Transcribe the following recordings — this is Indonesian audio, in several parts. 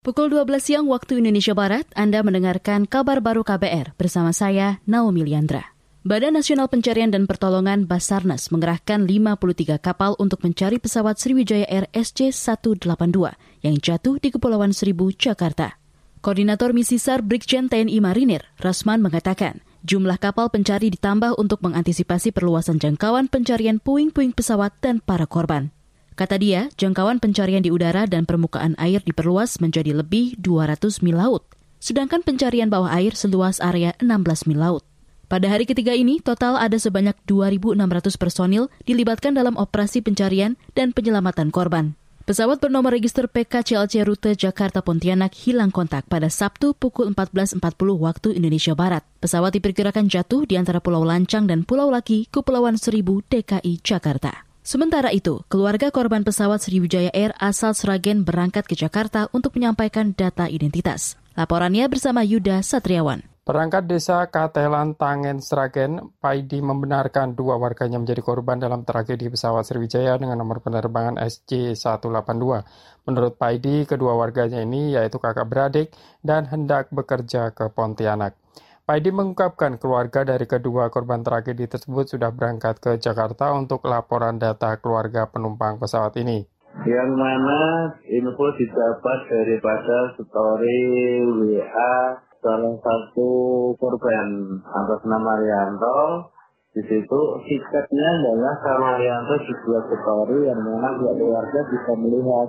Pukul 12 siang waktu Indonesia Barat, Anda mendengarkan kabar baru KBR bersama saya, Naomi Liandra. Badan Nasional Pencarian dan Pertolongan Basarnas mengerahkan 53 kapal untuk mencari pesawat Sriwijaya Air SC-182 yang jatuh di Kepulauan Seribu, Jakarta. Koordinator Misi SAR Brigjen TNI Marinir, Rasman mengatakan, jumlah kapal pencari ditambah untuk mengantisipasi perluasan jangkauan pencarian puing-puing pesawat dan para korban. Kata dia, jangkauan pencarian di udara dan permukaan air diperluas menjadi lebih 200 mil laut, sedangkan pencarian bawah air seluas area 16 mil laut. Pada hari ketiga ini, total ada sebanyak 2.600 personil dilibatkan dalam operasi pencarian dan penyelamatan korban. Pesawat bernomor register PKCLC rute Jakarta-Pontianak hilang kontak pada Sabtu pukul 14.40 waktu Indonesia Barat. Pesawat diperkirakan jatuh di antara Pulau Lancang dan Pulau Laki, Kepulauan Seribu, DKI, Jakarta. Sementara itu, keluarga korban pesawat Sriwijaya Air asal Sragen berangkat ke Jakarta untuk menyampaikan data identitas. Laporannya bersama Yuda Satriawan. Perangkat desa Katelan Tangen Sragen, Paidi membenarkan dua warganya menjadi korban dalam tragedi pesawat Sriwijaya dengan nomor penerbangan SC-182. Menurut Paidi, kedua warganya ini yaitu kakak beradik dan hendak bekerja ke Pontianak. Paidi mengungkapkan keluarga dari kedua korban tragedi tersebut sudah berangkat ke Jakarta untuk laporan data keluarga penumpang pesawat ini. Yang mana info didapat daripada story WA salah satu korban atas nama Rianto. Di situ tiketnya adalah sama Rianto di dua story yang mana pihak keluarga bisa melihat.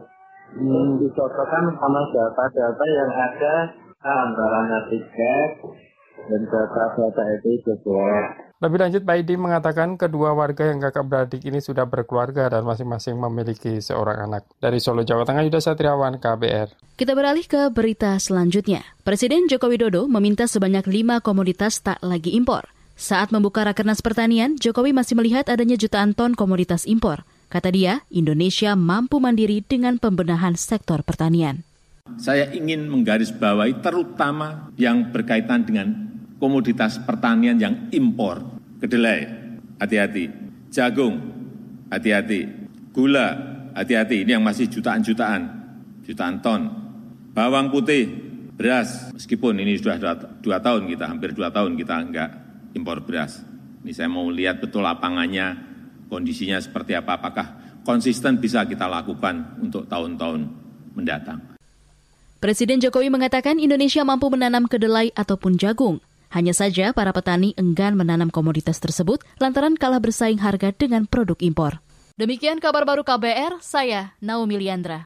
Dicocokkan sama data-data yang ada antara tiket dan data-data itu juga. Lebih lanjut, Paidi mengatakan kedua warga yang kakak beradik ini sudah berkeluarga dan masing-masing memiliki seorang anak. Dari Solo, Jawa Tengah, Yuda Satriawan, KBR. Kita beralih ke berita selanjutnya. Presiden Joko Widodo meminta sebanyak 5 komoditas tak lagi impor. Saat membuka Rakernas Pertanian, Jokowi masih melihat adanya jutaan ton komoditas impor. Kata dia, Indonesia mampu mandiri dengan pembenahan sektor pertanian. Saya ingin menggarisbawahi terutama yang berkaitan dengan komoditas pertanian yang impor. Kedelai, hati-hati. Jagung, hati-hati. Gula, hati-hati. Ini yang masih jutaan ton. Bawang putih, beras. Meskipun ini sudah 2 tahun kita, hampir 2 tahun kita enggak impor beras. Ini saya mau lihat betul lapangannya, kondisinya seperti apa. Apakah konsisten bisa kita lakukan untuk tahun-tahun mendatang. Presiden Jokowi mengatakan Indonesia mampu menanam kedelai ataupun jagung. Hanya saja para petani enggan menanam komoditas tersebut lantaran kalah bersaing harga dengan produk impor. Demikian kabar baru KBR, saya Naomi Liandra.